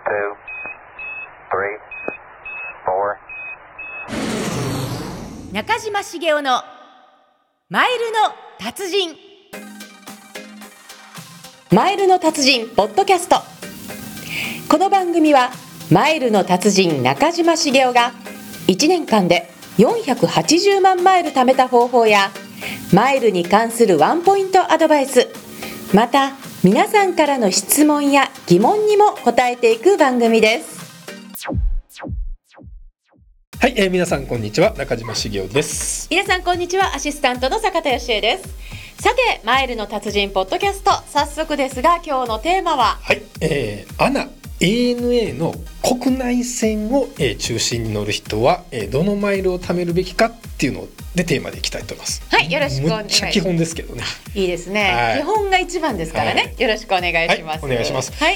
two, three, four. 中島茂雄のマイルの達人。マイルの達人ポッドキャスト。この番組はマイルの達人中島茂雄が1年間で480万マイル貯めた方法やマイルに関するワンポイントアドバイス、また皆さんからの質問や疑問にも答えていく番組です。 はい、皆さんこんにちは、中島茂雄です。 皆さんこんにちは、アシスタントの坂田芳恵です。さて、マイルの達人ポッドキャスト、早速ですが今日のテーマは、 はい、ANA の国内線を、中心に乗る人は、どのマイルを貯めるべきかっていうのでテーマでいきたいと思います。 はい、よろしくお願いします。 むっちゃ基本ですけどね。 いいですね、はい、基本が一番ですからね、はい、よろしくお願いします。 はい、お願いします。 はい、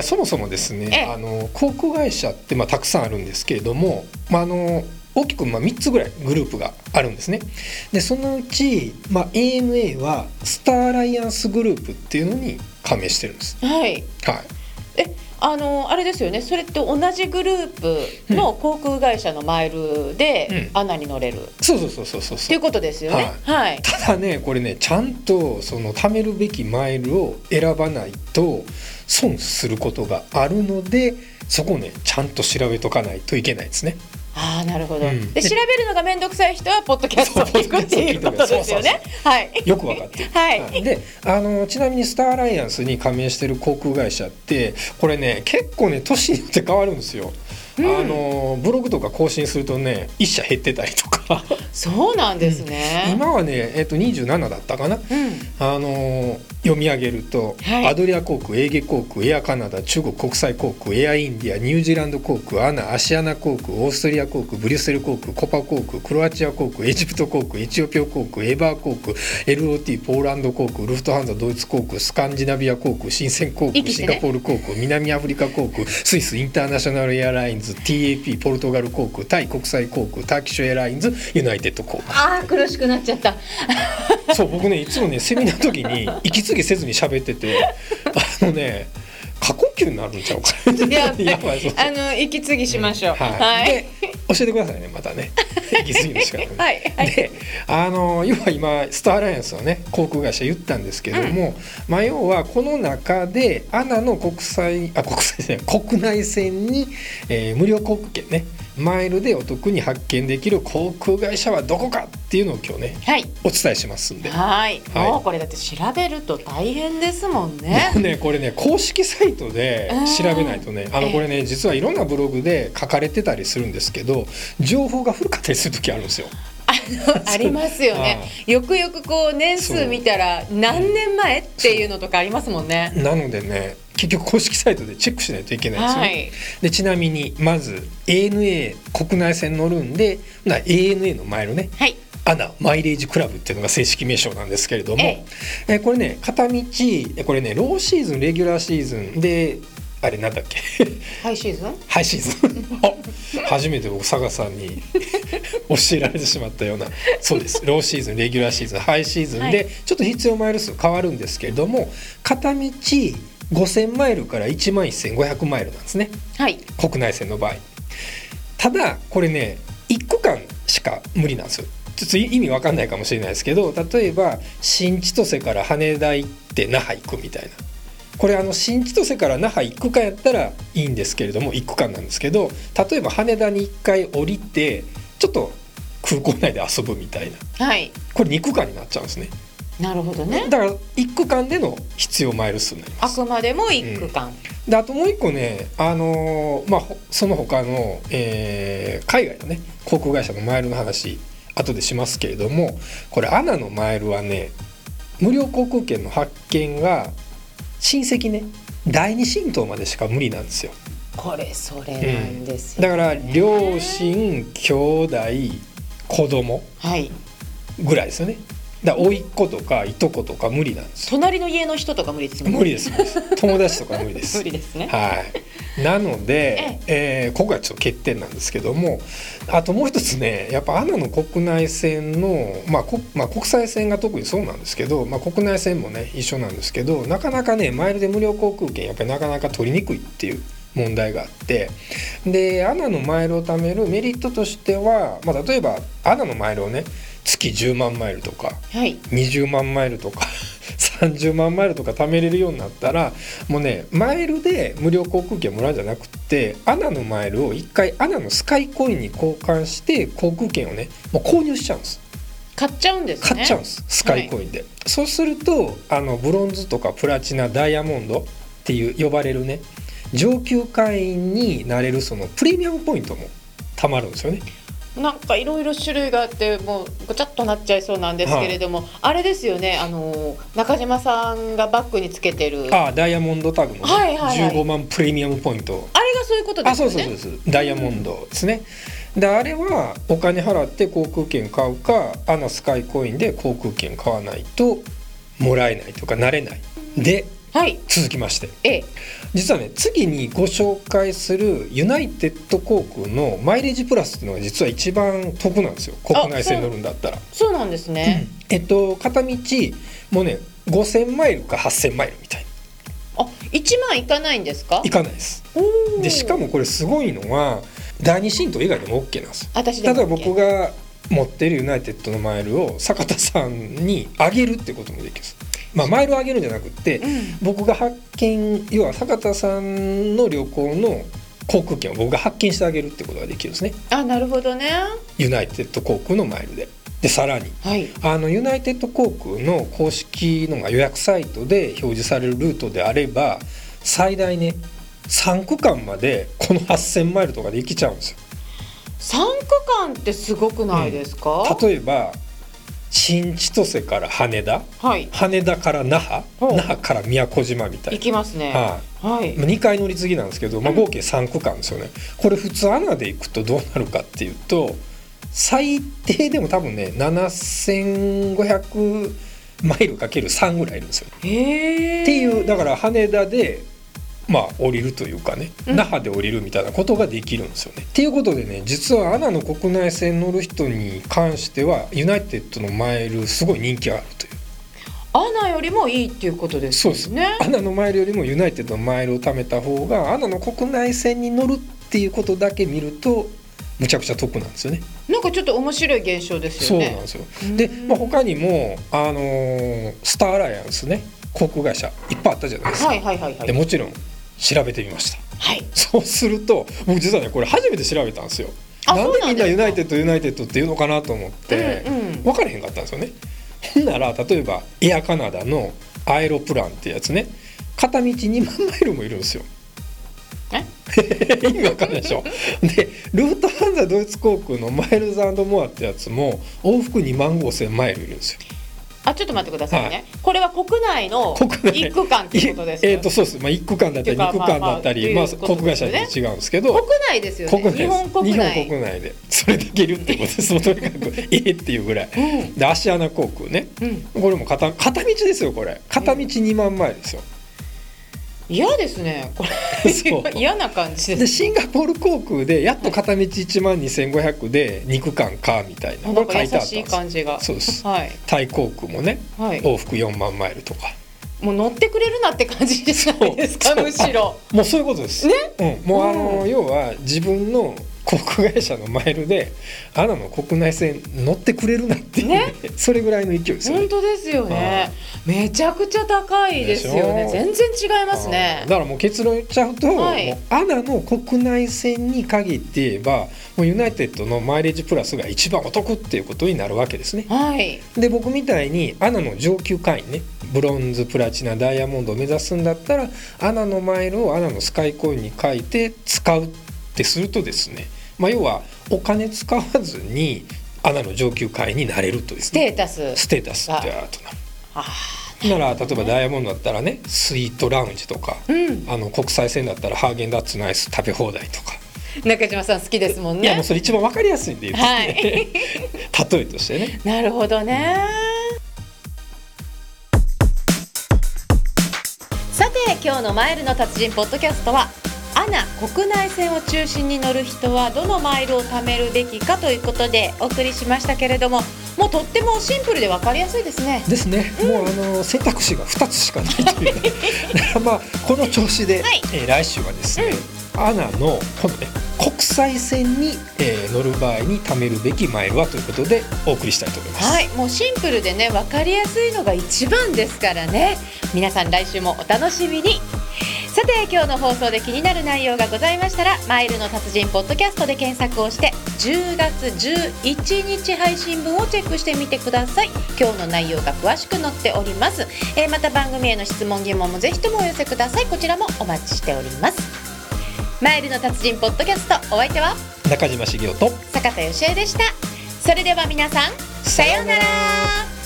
そもそもですね、航空会社って、たくさんあるんですけれども、大きく3つぐらいグループがあるんですね。でそのうち、ANA はスターアライアンスグループっていうのに加盟してるんです。 はい、 はい、 あれですよね、それって同じグループの航空会社のマイルでANAに乗れる、 そうっていうことですよね。はい、 ただね、これね、ちゃんとその貯めるべきマイルを選ばないと損することがあるので、そこをねちゃんと調べとかないといけないですね。 なるほど、で調べるのがめんどくさい人はポッドキャストを聞くっていうことですよね。はい、 よく分かってる。 はい、 でちなみにスターアライアンスに加盟している航空会社ってこれね結構ね年によって変わるんですよ。ブログとか更新するとね1社減ってたりとかそうなんですね、 今はね、27だったかな、読み上げると、はい、アドリア航空、エーゲ航空、エアカナダ、中国国際航空、エアインディア、ニュージーランド航空、アシアナ航空、オーストリア航空、ブリュッセル航空、コパ航空、クロアチア航空、エジプト航空、エチオピア航空、エバー航空、LOT、ポーランド航空、ルフトハンザドイツ航空、スカンジナビア航空、深セン航空、シンガポール航空、南アフリカ航空、スイスインターナショナルエアラインズ、TAP、ポルトガル航空、タイ国際航空、ターキッシュエアラインズ、ユナイテッド航空。 苦しくなっちゃったそう僕ねいつもねセミナーの時に息継ぎせずに喋ってて過呼吸になるんちゃうかやばい、 息継ぎしましょう、 はい、で教えてくださいね、またね息継ぎの仕方ねはい、 で要は今スターアライアンスはね航空会社言ったんですけども、要はこの中でANAの国内線に、無料航空券ねマイルでお得に発見できる航空会社はどこかっていうのを今日ね、お伝えしますんで、 もうこれだって調べると大変ですもんね。 もうねこれね公式サイトで調べないとね、これね実はいろんなブログで書かれてたりするんですけど、情報が古かったりする時あるんですよ。 ありますよね。よくよくこう年数見たら何年前っていうのとかありますもんね。 なのでね結局公式サイトでチェックしないといけないですよね。でちなみにまず ANA 国内線乗るんでANA のマイルね、ANA マイレージクラブっていうのが正式名称なんですけれども、これね片道これねローシーズンレギュラーシーズンであれなんだっけハイシーズン初めて僕佐賀さんに教えられてしまったようなそうです、ローシーズンレギュラーシーズンハイシーズンでちょっと必要マイル数変わるんですけれども、片道5000マイルから11,500マイルなんですね、国内線の場合。ただこれね1区間しか無理なんですよ。ちょっと意味わかんないかもしれないですけど、例えば新千歳から羽田行って那覇行くみたいな、これ新千歳から那覇1区間やったらいいんですけれども1区間なんですけど、例えば羽田に1回降りてちょっと空港内で遊ぶみたいな、これ2区間になっちゃうんですね。 なるほどね。 だから1区間での必要マイル数になります。 あくまでも1区間、 であともう1個ね、その他の、海外のね航空会社のマイルの話後でしますけれども、これANAのマイルはね無料航空券の発見が親戚ね第2親等までしか無理なんですよ。 これそれなんですよ、 だから両親兄弟子供ぐらいですよね。だから甥っ子とかいとことか無理なんですよ。 隣の家の人とか無理ですよね。 無理です友達とか無理です無理ですね。 なので、ここがちょっと欠点なんですけども、あともう一つね、やっぱANAの国内線の、国際線が特にそうなんですけど、国内線もね一緒なんですけど、なかなかねマイルで無料航空券やっぱりなかなか取りにくいっていう問題があって、でアナのマイルを貯めるメリットとしては、例えばアナのマイルをね月10万マイルとか、 はい、 20万マイルとか30万マイルとか貯めれるようになったら、もうねマイルで無料航空券もらうんじゃなくってアナのマイルを1回アナのスカイコインに交換して航空券をねもう購入しちゃうんです。 買っちゃうんですね。 買っちゃうんですスカイコインで、そうするとブロンズとかプラチナダイヤモンドっていう呼ばれるね上級会員になれるそのプレミアムポイントも貯まるんですよね。 なんかいろいろ種類があってもうごちゃっとなっちゃいそうなんですけれども、あれですよね、中島さんがバッグにつけてるダイヤモンドタグの、ね15万プレミアムポイント、 あれがそういうことですよね。 そうダイヤモンドですね、であれはお金払って航空券買うかアナスカイコインで航空券買わないともらえないとかなれないで、続きまして、実はね次にご紹介するユナイテッド航空のマイレージプラスっていうのが実は一番得なんですよ、国内線乗るんだったら。 そうなんですね、 片道もうね5000マイルか8000マイルみたいな。 1万いかないんですか？ いかないです。でしかもこれすごいのは第二神道以外でも OK なんです。 私でも OK。 例えば僕が持ってるユナイテッドのマイルを坂田さんにあげるってこともできるんです。マイルをあげるんじゃなくって、僕が要は坂田さんの旅行の航空券を僕が発券してあげるってことができるんですね。 なるほどね。 ユナイテッド航空のマイルでさらに、ユナイテッド航空の公式のが予約サイトで表示されるルートであれば最大ね3区間までこの8000マイルとかで行けちゃうんですよ。 3区間ってすごくないですか？ 例えば新千歳から羽田、羽田から那覇、那覇から宮古島みたいな行きますね。 2回乗り継ぎなんですけど、合計3区間ですよね。これ普通アナで行くとどうなるかっていうと最低でも多分ね7500マイルかける3ぐらいいるんですよ。っていうだから羽田で降りるというかね、那覇で降りるみたいなことができるんですよね。っていうことでね実はアナの国内線乗る人に関してはユナイテッドのマイルすごい人気があるという。 アナよりもいいっていうことですね。 そうです。アナのマイルよりもユナイテッドのマイルを貯めた方がアナの国内線に乗るっていうことだけ見るとむちゃくちゃ得なんですよね。 なんかちょっと面白い現象ですよね。 そうなんですよ。で、他にもスターアライアンスね航空会社いっぱいあったじゃないですか。でもちろん調べてみました。そうすると僕実はねこれ初めて調べたんですよ。なんでみんなユナイテッドっていうのかなと思って分からへんかったんですよね。ほんなら例えばエアカナダのアエロプランってやつね片道2万マイルもいるんですよ。意味わかんないでしょ。でルートハンザドイツ航空のマイルズ&モアってやつも往復2万5000マイルいるんですよ。 ちょっと待ってくださいね、これは国内の1区間ってことですか？ そうです。1区間だったり2区間だったり、航空会社によって違うんですけど国内ですよね。日本国内でそれできるってことですとにかくっていうぐらい、でアシアナ航空ね、これも片道ですよ。これ片道2万マイルですよ。 嫌ですねこれ嫌な感じです。 でシンガポール航空でやっと片道1万2500で2区間かみたいなのが書いてあったんです。 優しい感じが。 そうです、タイ航空もね、往復4万マイルとかもう乗ってくれるなって感じじゃないですか。むしろもうそういうことですね。もう要は自分の航空会社のマイルでアナの国内線乗ってくれるなっていう、それぐらいの勢いですよね。 本当ですよね。めちゃくちゃ高いですよね。全然違いますね。 だからもう結論言っちゃうと、もうアナの国内線に限って言えばもうユナイテッドのマイレージプラスが一番お得っていうことになるわけですね。で僕みたいにアナの上級会員ねブロンズプラチナダイヤモンドを目指すんだったらアナのマイルをアナのスカイコインに書いて使うってするとですね、要はお金使わずにアナの上級会員になれるとですね。ステータスってアートなら例えばダイヤモンドだったらねスイートラウンジとか、国際線だったらハーゲンダッツのアイス食べ放題とか。 中島さん好きですもんね。 いやもうそれ一番わかりやすいんで言って、例えとしてね。 なるほどね、さて今日のマイルの達人ポッドキャストはア ANA国内線を中心に乗る人はどのマイルを貯めるべきかということでお送りしましたけれども、もうとってもシンプルで分かりやすいですね。 ですね、もう選択肢が2つしかないというねまあこの調子で、来週はですね、ANA のこの、国際線に、乗る場合に貯めるべきマイルはということでお送りしたいと思います。 はい、もうシンプルでね分かりやすいのが一番ですからね。皆さん来週もお楽しみに。さて今日の放送で気になる内容がございましたら、マイルの達人ポッドキャストで検索をして10月11日配信分をチェックしてみてください。今日の内容が詳しく載っております。また番組への質問疑問もぜひともお寄せください。こちらもお待ちしております。マイルの達人ポッドキャスト、お相手は中島茂雄と坂田芳恵でした。それでは皆さん、さようなら。